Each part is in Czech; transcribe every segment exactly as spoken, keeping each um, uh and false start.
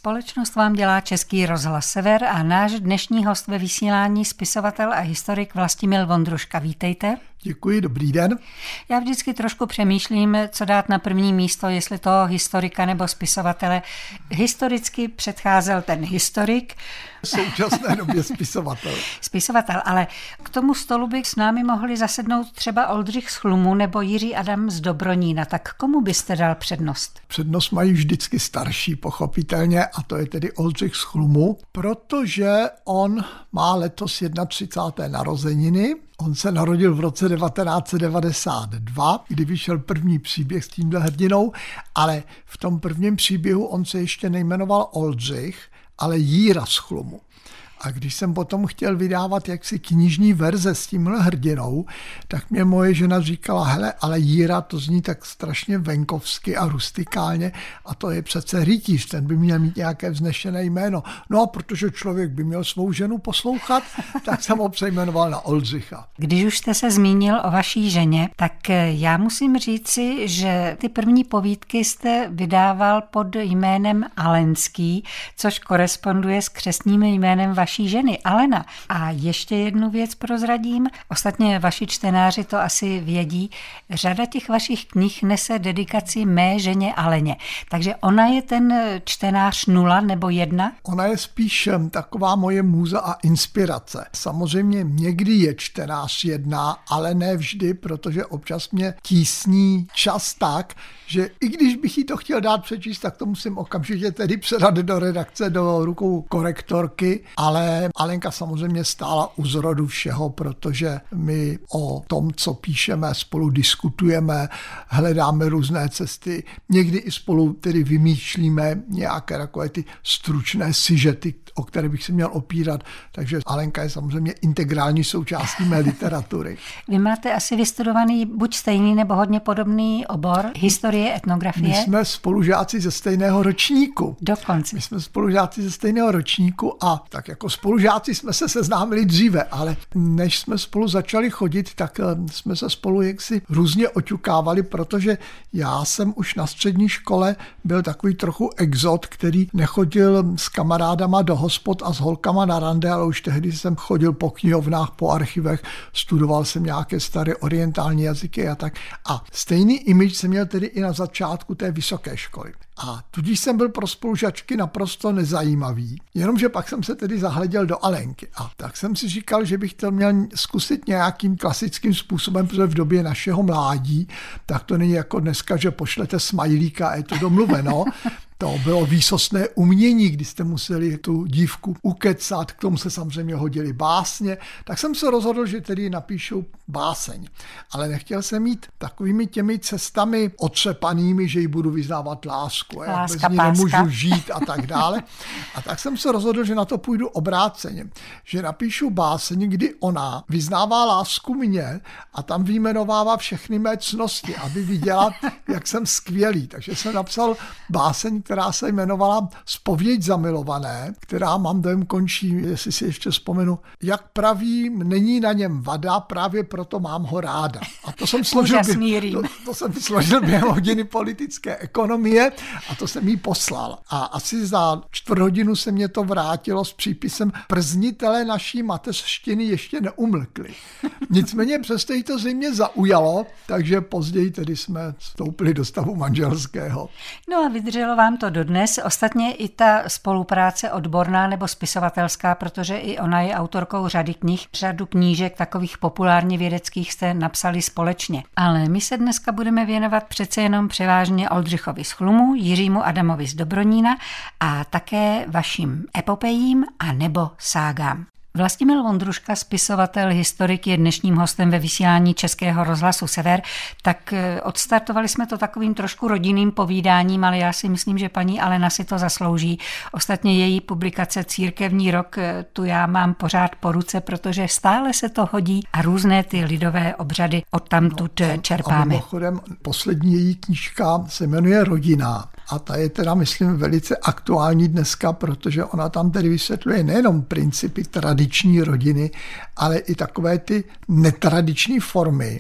Společnost vám dělá Český rozhlas Sever a náš dnešní host ve vysílání spisovatel a historik Vlastimil Vondruška. Vítejte. Děkuji, dobrý den. Já vždycky trošku přemýšlím, co dát na první místo, jestli toho historika nebo spisovatele. Historicky předcházel ten historik. V současné době spisovatel. Spisovatel, ale k tomu stolu by s námi mohli zasednout třeba Oldřich z Chlumu nebo Jiří Adam z Dobronína. Tak komu byste dal přednost? Přednost mají vždycky starší, pochopitelně, a to je tedy Oldřich z Chlumu, protože on má letos třicáté jedna narozeniny. On se narodil v roce devatenáct set devadesát dva, kdy vyšel první příběh s tímhle hrdinou, ale v tom prvním příběhu on se ještě nejmenoval Oldřich, ale Jíra z Chlumu. A když jsem potom chtěl vydávat jaksi knižní verze s tímhle hrdinou, tak mě moje žena říkala, hele, ale Jíra to zní tak strašně venkovsky a rustikálně a to je přece rytíř, ten by měl mít nějaké vznešené jméno. No a protože člověk by měl svou ženu poslouchat, tak jsem ho přejmenoval na Oldřicha. Když už jste se zmínil o vaší ženě, tak já musím říci, že ty první povídky jste vydával pod jménem Alenský, což koresponduje s křestním jménem vaší vaší ženy, Alena. A ještě jednu věc prozradím, ostatně vaši čtenáři to asi vědí, řada těch vašich knih nese dedikaci mé ženě Aleně. Takže ona je ten čtenář nula nebo jedna? Ona je spíš taková moje můza a inspirace. Samozřejmě někdy je čtenář jedna, ale ne vždy, protože občas mě tísní čas tak, že i když bych jí to chtěl dát přečíst, tak to musím okamžitě tedy předat do redakce, do rukou korektorky, ale Alenka samozřejmě stála u zrodu všeho, protože my o tom, co píšeme, spolu diskutujeme, hledáme různé cesty, někdy i spolu tedy vymýšlíme nějaké takové ty stručné sižety, o které bych se měl opírat, takže Alenka je samozřejmě integrální součástí mé literatury. Vy máte asi vystudovaný buď stejný nebo hodně podobný obor, historie, etnografie? My jsme spolužáci ze stejného ročníku. Dokonce. My jsme spolužáci ze stejného ročníku a tak jako spolužáci jsme se seznámili dříve, ale než jsme spolu začali chodit, tak jsme se spolu jaksi různě oťukávali, protože já jsem už na střední škole byl takový trochu exot, který nechodil s kamarádama do hospod a s holkama na rande, ale už tehdy jsem chodil po knihovnách, po archivech, studoval jsem nějaké staré orientální jazyky a tak. A stejný image jsem měl tedy i na začátku té vysoké školy. A tudíž jsem byl pro spolužačky naprosto nezajímavý, jenomže pak jsem se tedy zahleděl do Alenky. A tak jsem si říkal, že bych to měl zkusit nějakým klasickým způsobem, protože v době našeho mládí, tak to není jako dneska, že pošlete smajlíka a je to domluveno. To bylo výsostné umění, kdy jste museli tu dívku ukecat, k tomu se samozřejmě hodily básně, tak jsem se rozhodl, že tedy napíšu báseň. Ale nechtěl jsem jít takovými těmi cestami otřepanými, že jí budu vyznávat lásku, já bez ní nemůžu žít a tak dále. A tak jsem se rozhodl, že na to půjdu obráceně, že napíšu báseň, kdy ona vyznává lásku mně a tam vyjmenovává všechny mé cnosti, aby viděla, jak jsem skvělý. Takže jsem napsal báseň, která se jmenovala Zpověď zamilované, která, mám dojem, končí, jestli si ještě vzpomenu, jak pravím, není na něm vada, právě proto mám ho ráda. A to jsem složil, bě- to, to jsem složil během hodiny politické ekonomie a to jsem jí poslal. A asi za čtvrt hodinu se mě to vrátilo s přípisem prznitele naší mateřštiny ještě neumlkli. Nicméně přesto jí to zřejmě zaujalo, takže později tedy jsme vstoupili do stavu manželského. No a vydrželo vám to dodnes. Ostatně i ta spolupráce odborná nebo spisovatelská, protože i ona je autorkou řady knih, řadu knížek takových populárně vědeckých jste napsali společně. Ale my se dneska budeme věnovat přece jenom převážně Oldřichovi z Chlumu, Jiřímu Adamovi z Dobronína a také vašim epopejím a nebo ságám. Vlastimil Vondruška, spisovatel, historik, je dnešním hostem ve vysílání Českého rozhlasu Sever. Tak odstartovali jsme to takovým trošku rodinným povídáním, ale já si myslím, že paní Alena si to zaslouží. Ostatně její publikace Církevní rok tu já mám pořád po ruce, protože stále se to hodí a různé ty lidové obřady odtamtud no, čerpáme. A mimochodem, poslední její knížka se jmenuje Rodina. A ta je teda, myslím, velice aktuální dneska, protože ona tam tedy vysvětluje nejenom principy tradiční rodiny, ale i takové ty netradiční formy.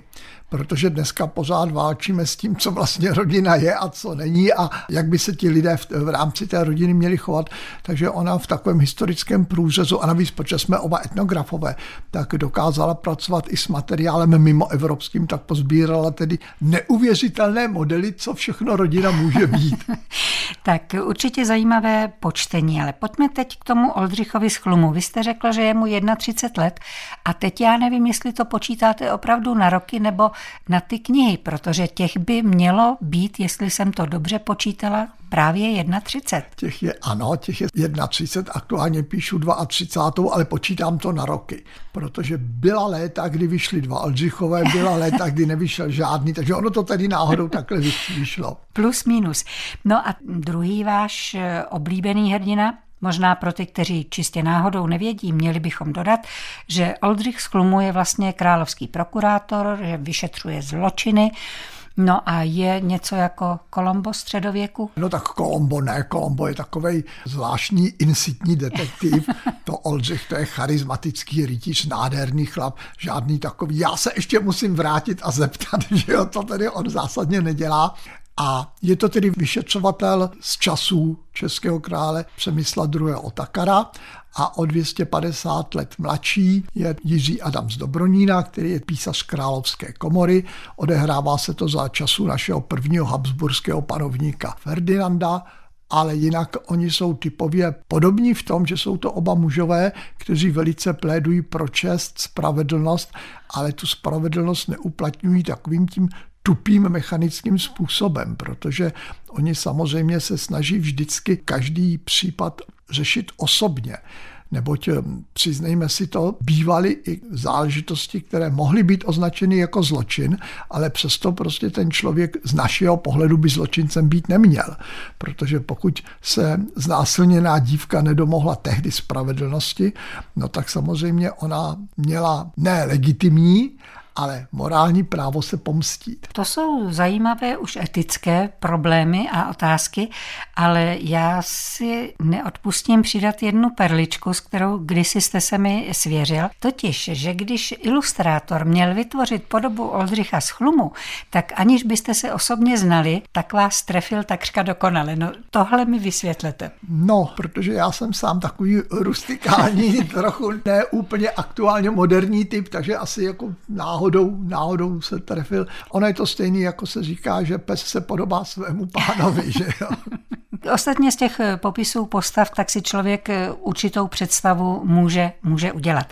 protože dneska pořád válčíme s tím, co vlastně rodina je a co není a jak by se ti lidé v, v rámci té rodiny měli chovat. Takže ona v takovém historickém průřezu, a navíc, protože jsme oba etnografové, tak dokázala pracovat i s materiálem mimo evropským, tak pozbírala tedy neuvěřitelné modely, co všechno rodina může být. Tak určitě zajímavé počtení, ale pojďme teď k tomu Oldřichovi z Chlumu. Vy jste řekl, že je mu třicet jedna let a teď já nevím, jestli to počítáte opravdu na roky nebo na ty knihy, protože těch by mělo být, jestli jsem to dobře počítala, právě třicet jedna. Těch je, ano, těch je třicet jedna, aktuálně píšu třicet dva, ale počítám to na roky, protože byla léta, kdy vyšly dva Oldřichové, byla léta, kdy nevyšel žádný, takže ono to tady náhodou takhle vyšlo. Plus minus. No a druhý váš oblíbený hrdina, možná pro ty, kteří čistě náhodou nevědí, měli bychom dodat, že Oldřich z Chlumu je vlastně královský prokurátor, že vyšetřuje zločiny. No a je něco jako Columbo středověku? No tak Columbo ne, Columbo je takovej zvláštní insitní detektiv. To Oldřich, to je charismatický rytíř, nádherný chlap, žádný takový. Já se ještě musím vrátit a zeptat, že jo, to tedy on zásadně nedělá. A je to tedy vyšetřovatel z časů českého krále Přemysla druhého. Otakara a o dvě stě padesát let mladší je Jiří Adam z Dobronína, který je písař královské komory. Odehrává se to za času našeho prvního habsburského panovníka Ferdinanda, ale jinak oni jsou typově podobní v tom, že jsou to oba mužové, kteří velice plédují pro čest, spravedlnost, ale tu spravedlnost neuplatňují takovým tím tupým mechanickým způsobem, protože oni samozřejmě se snaží vždycky každý případ řešit osobně. Neboť přiznejme si to, bývaly i záležitosti, které mohly být označeny jako zločin, ale přesto prostě ten člověk z našeho pohledu by zločincem být neměl. Protože pokud se znásilněná dívka nedomohla tehdy spravedlnosti, no tak samozřejmě ona měla ne legitimní, ale morální právo se pomstít. To jsou zajímavé už etické problémy a otázky, ale já si neodpustím přidat jednu perličku, s kterou kdysi jste se mi svěřil. Totiž, že když ilustrátor měl vytvořit podobu Oldřicha z Chlumu, tak aniž byste se osobně znali, tak vás trefil takřka dokonale. No tohle mi vysvětlete. No, protože já jsem sám takový rustikální, trochu ne úplně aktuálně moderní typ, takže asi jako náhodou Náhodou, náhodou se trefil. Ono je to stejný, jako se říká, že pes se podobá svému pánovi, že jo. Ostatně z těch popisů postav tak si člověk určitou představu může, může udělat.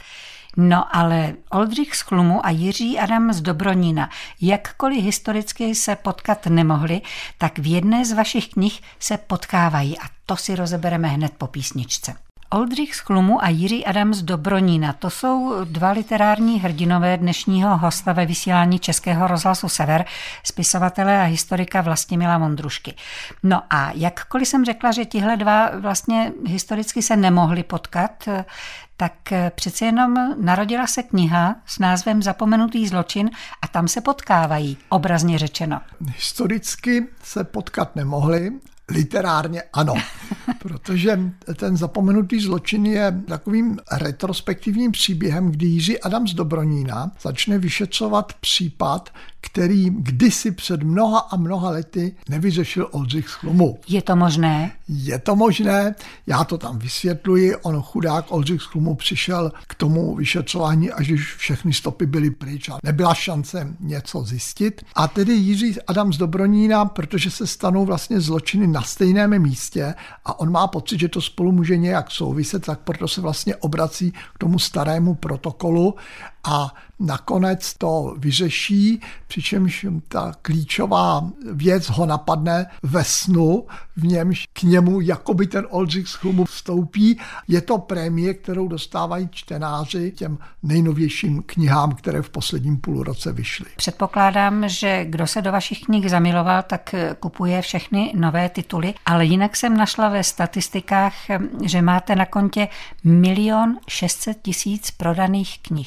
No ale Oldřich z Chlumu a Jiří Adam z Dobronína, jakkoliv historicky se potkat nemohli, tak v jedné z vašich knih se potkávají a to si rozebereme hned po písničce. Oldřich z Chlumu a Jiří Adam z Dobronína, to jsou dva literární hrdinové dnešního hosta ve vysílání Českého rozhlasu Sever, spisovatele a historika Vlastimila Vondrušky. No a jakkoliv jsem řekla, že tihle dva vlastně historicky se nemohli potkat, tak přece jenom narodila se kniha s názvem Zapomenutý zločin a tam se potkávají, obrazně řečeno. Historicky se potkat nemohli, literárně ano, protože ten Zapomenutý zločin je takovým retrospektivním příběhem, kdy Jiří Adam z Dobronína začne vyšetřovat případ, který kdysi před mnoha a mnoha lety nevyřešil Oldřich z Chlumu. Je to možné? Je to možné, já to tam vysvětluji, on chudák Oldřich z Chlumu přišel k tomu vyšetřování, až když všechny stopy byly pryč a nebyla šance něco zjistit. A tedy Jiří Adam z Dobronína, protože se stanou vlastně zločiny na stejném místě a on má pocit, že to spolu může nějak souviset, tak proto se vlastně obrací k tomu starému protokolu a nakonec to vyřeší, přičemž ta klíčová věc ho napadne ve snu, v němž k němu jakoby ten Oldřich z Chlumu vstoupí. Je to prémie, kterou dostávají čtenáři těm nejnovějším knihám, které v posledním půlroce vyšly. Předpokládám, že kdo se do vašich knih zamiloval, tak kupuje všechny nové tituly, ale jinak jsem našla ve statistikách, že máte na kontě milion šest set tisíc prodaných knih. U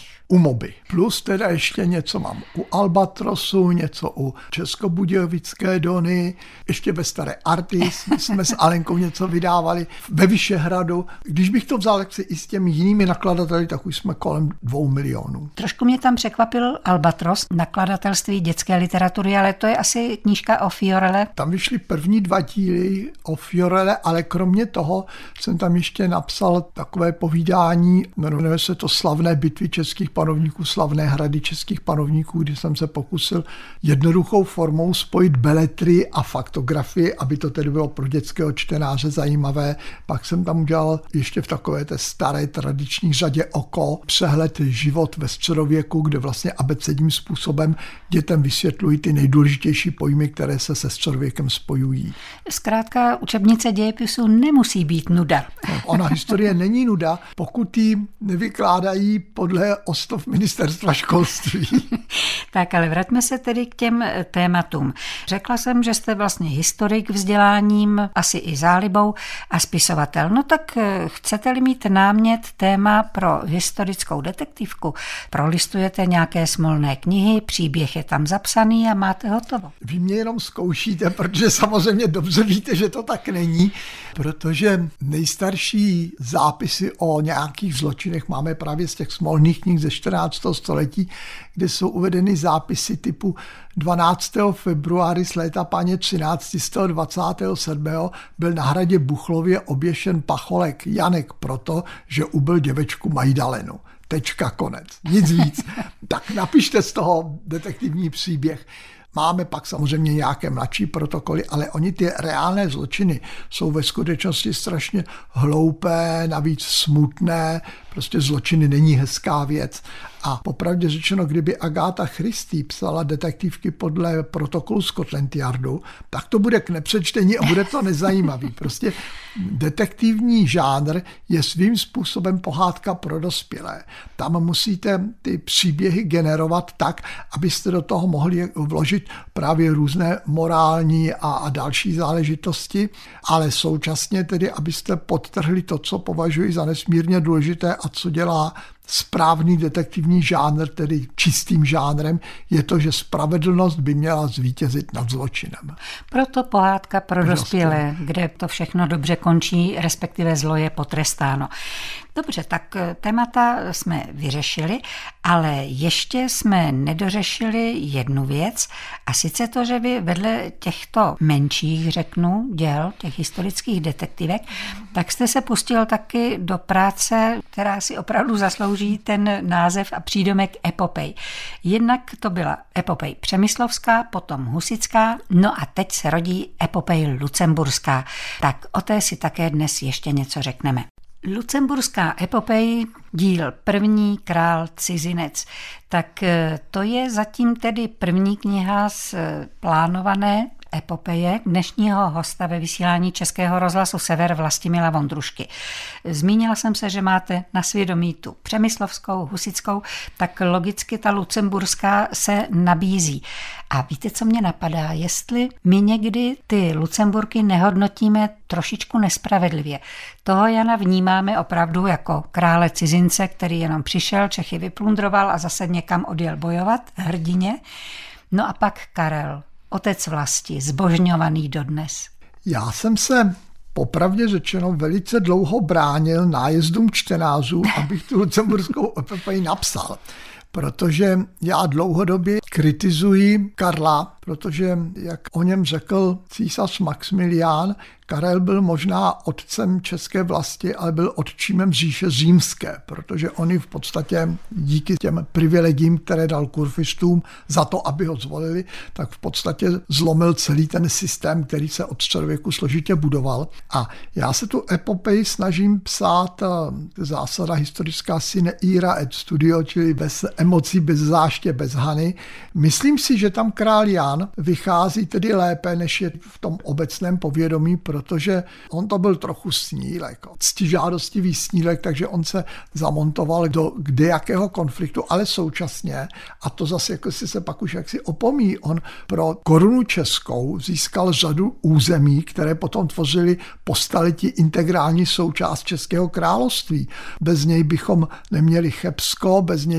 moby. Plus teda ještě něco mám u Albatrosu, něco u Českobudějovické Dony, ještě ve Staré Artis jsme s Alenkou něco vydávali, ve Vyšehradu. Když bych to vzal i s těmi jinými nakladateli, tak už jsme kolem dvou milionů. Trošku mě tam překvapil Albatros, nakladatelství dětské literatury, ale to je asi knížka o Fiorelle. Tam vyšly první dva díly o Fiorelle, ale kromě toho jsem tam ještě napsal takové povídání, jmenuje se to Slavné bitvy českých panovníků, slavné hrady českých panovníků, kdy jsem se pokusil jednoduchou formou spojit beletrii a faktografii, aby to tedy bylo pro dětského čtenáře zajímavé. Pak jsem tam udělal ještě v takové té staré tradiční řadě Oko přehled život ve středověku, kde vlastně abecedním způsobem dětem vysvětlují ty nejdůležitější pojmy, které se se středověkem spojují. Zkrátka učebnice dějepisu nemusí být nuda. No, ona historie není nuda, pokud ji nevykládají podle ostov ministerstva školství. Tak, ale vraťme se tedy k těm tématům. Řekla jsem, že jste vlastně historik vzděláním, asi i zálibou a spisovatel. No tak chcete-li mít námět téma pro historickou detektivku, prolistujete nějaké smolné knihy, příběh je tam zapsaný a máte hotovo. Vy mě jenom zkoušíte, protože samozřejmě dobře víte, že to tak není, protože nejstarší zápisy o nějakých zločinech máme právě z těch smolných knih ze čtrnáctého století, kde jsou uvedeny zápisy typu dvanáctého februáře z léta páně třináct set dvacet sedm byl na hradě Buchlově oběšen pacholek Janek proto, že ubil děvečku Majdalenu. Tečka, konec. Nic víc. Tak napište z toho detektivní příběh. Máme pak samozřejmě nějaké mladší protokoly, ale oni ty reálné zločiny jsou ve skutečnosti strašně hloupé, navíc smutné, prostě zločiny není hezká věc. A popravdě řečeno, kdyby Agatha Christie psala detektivky podle protokolu Scotland Yardu, tak to bude k nepřečtení a bude to nezajímavý. Prostě detektivní žánr je svým způsobem pohádka pro dospělé. Tam musíte ty příběhy generovat tak, abyste do toho mohli vložit právě různé morální a, a další záležitosti, ale současně tedy, abyste podtrhli to, co považuji za nesmírně důležité a co dělá správný detektivní žánr, tedy čistým žánrem, je to, že spravedlnost by měla zvítězit nad zločinem. Proto pohádka pro dospělé, kde to všechno dobře končí, respektive zlo je potrestáno. Dobře, tak témata jsme vyřešili, ale ještě jsme nedořešili jednu věc, a sice to, že vy vedle těchto menších, řeknu, děl, těch historických detektivek, tak jste se pustil taky do práce, která si opravdu zaslouží ten název a přídomek epopej. Jednak to byla epopej přemyslovská, potom husitská, no a teď se rodí epopej lucemburská. Tak o té si také dnes ještě něco řekneme. Lucemburská epopej, díl první, Král cizinec. Tak to je zatím tedy první kniha z plánované epopeje dnešního hosta ve vysílání Českého rozhlasu Sever Vlastimila Vondrušky. Zmínila jsem se, že máte na svědomí tu přemyslovskou, husitskou, tak logicky ta lucemburská se nabízí. A víte, co mě napadá? Jestli my někdy ty Lucemburky nehodnotíme trošičku nespravedlivě. Toho Jana vnímáme opravdu jako krále cizince, který jenom přišel, Čechy vyplundroval a zase někam odjel bojovat, hrdině. No a pak Karel, otec vlasti, zbožňovaný dodnes. Já jsem se popravdě řečeno velice dlouho bránil nájezdům čtenářů, abych tu lucemburskou epopej napsal. Protože já dlouhodobě kritizuji Karla, protože, jak o něm řekl císař Maxmilián, Karel byl možná otcem české vlasti, ale byl otčímem říše římské, protože oni v podstatě díky těm privilegiím, které dal kurfistům za to, aby ho zvolili, tak v podstatě zlomil celý ten systém, který se od středověku složitě budoval. A já se tu epopej snažím psát zásada historická sine ira et studio, čili bez emocí, bez záště, bez hany. Myslím si, že tam král Jan vychází tedy lépe, než je v tom obecném povědomí, protože on to byl trochu snílek, ctižádostivý snílek, takže on se zamontoval do kdejakého konfliktu, ale současně, a to zase jako si se pak už jaksi opomí, on pro korunu českou získal řadu území, které potom tvořily po staletí integrální součást Českého království. Bez něj bychom neměli Chebsko, bez něj bychom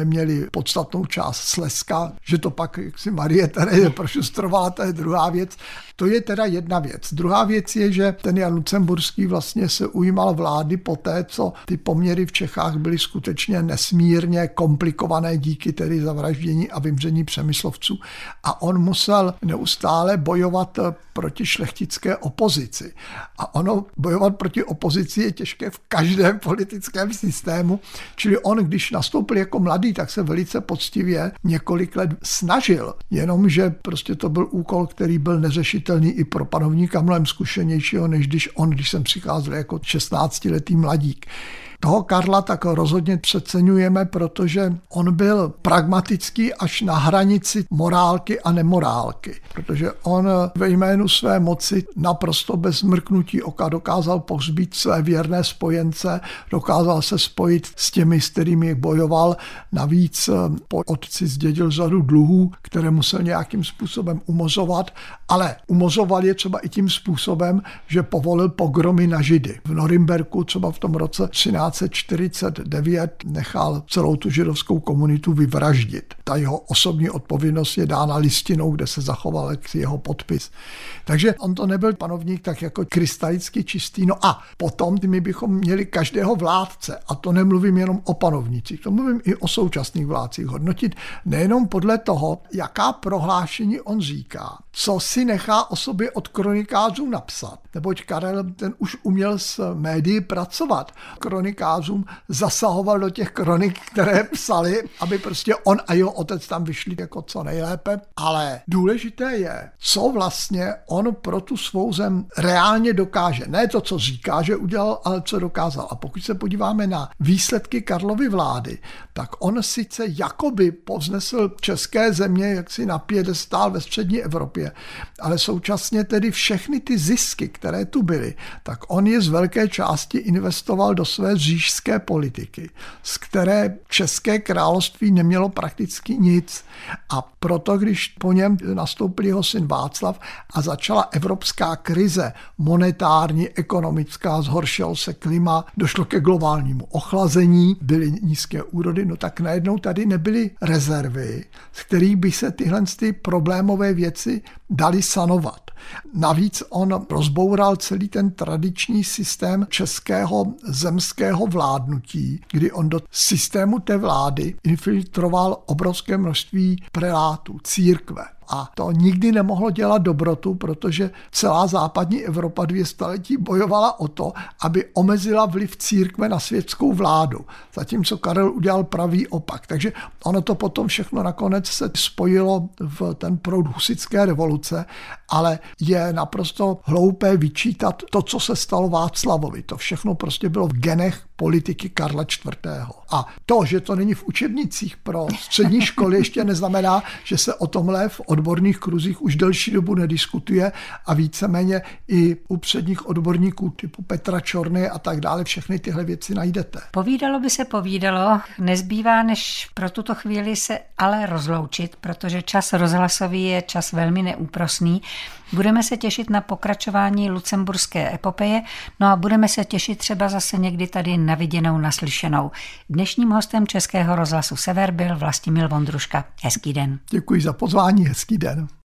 neměli podstatnou část Slezska, že to pak jaksi Marie Terezie prošustrovala, to je druhá věc. To je teda jedna věc. Druhá věc je, že ten Jan Lucemburský vlastně se ujímal vlády poté, co ty poměry v Čechách byly skutečně nesmírně komplikované díky tedy zavraždění a vymření Přemyslovců. A on musel neustále bojovat proti šlechtické opozici. A ono bojovat proti opozici je těžké v každém politickém systému. Čili on, když nastoupil jako mladý, tak se velice poctivě několik let snažil. Jenomže prostě to byl úkol, který byl neřešitelný i pro panovníka mnohem zkušenějšího, než když on, když jsem přicházel jako šestnáctiletý mladík. Toho Karla tak rozhodně přeceňujeme, protože on byl pragmatický až na hranici morálky a nemorálky. Protože on ve jménu své moci naprosto bez mrknutí oka dokázal pohřbít své věrné spojence, dokázal se spojit s těmi, s kterými bojoval. Navíc po otci zdědil řadu dluhů, které musel nějakým způsobem umozovat, ale umozoval je třeba i tím způsobem, že povolil pogromy na Židy. V Norimberku třeba v tom roce třináct set čtyřicet devět nechal celou tu židovskou komunitu vyvraždit. Ta jeho osobní odpovědnost je dána listinou, kde se zachoval jeho podpis. Takže on to nebyl panovník tak jako krystalicky čistý. No a potom my bychom měli každého vládce, a to nemluvím jenom o panovnících, to mluvím i o současných vládcích, hodnotit nejenom podle toho, jaká prohlášení on říká, co si nechá o sobě od kronikářů napsat. Neboť Karel ten už uměl s médií pracovat. Kronikářům zasahoval do těch kronik, které psali, aby prostě on a jeho otec tam vyšli jako co nejlépe. Ale důležité je, co vlastně on pro tu svou zem reálně dokáže. Ne to, co říká, že udělal, ale co dokázal. A pokud se podíváme na výsledky Karlovy vlády, tak on sice jakoby povznesl české země jaksi na piedestál ve střední Evropě, ale současně tedy všechny ty zisky, které tu byly, tak on je z velké části investoval do své říšské politiky, z které České království nemělo prakticky nic. A proto, když po něm nastoupil jeho syn Václav a začala evropská krize, monetární, ekonomická, zhoršilo se klima, došlo ke globálnímu ochlazení, byly nízké úrody, no tak najednou tady nebyly rezervy, z kterých by se tyhle ty problémové věci daly sanovat. Navíc on rozboural celý ten tradiční systém českého zemského vládnutí, kdy on do systému té vlády infiltroval obrovské množství prelátů, církve. A to nikdy nemohlo dělat dobrotu, protože celá západní Evropa dvě staletí bojovala o to, aby omezila vliv církve na světskou vládu. Zatímco Karel udělal pravý opak. Takže ono to potom všechno nakonec se spojilo v ten proud husitské revoluce, ale je naprosto hloupé vyčítat to, co se stalo Václavovi. To všechno prostě bylo v genech politiky Karla čtvrtého. A to, že to není v učebnicích pro střední školy, ještě neznamená, že se o tomhle v odborných kruzích už delší dobu nediskutuje a víceméně i u předních odborníků typu Petra Čorny a tak dále všechny tyhle věci najdete. Povídalo by se povídalo, nezbývá než pro tuto chvíli se ale rozloučit, protože čas rozhlasový je čas velmi neúprosný. Budeme se těšit na pokračování lucemburské epopeje, no a budeme se těšit třeba zase někdy tady na viděnou, naslyšenou. Dnešním hostem Českého rozhlasu Sever byl Vlastimil Vondruška. Hezký den. Děkuji za pozvání, hezký den.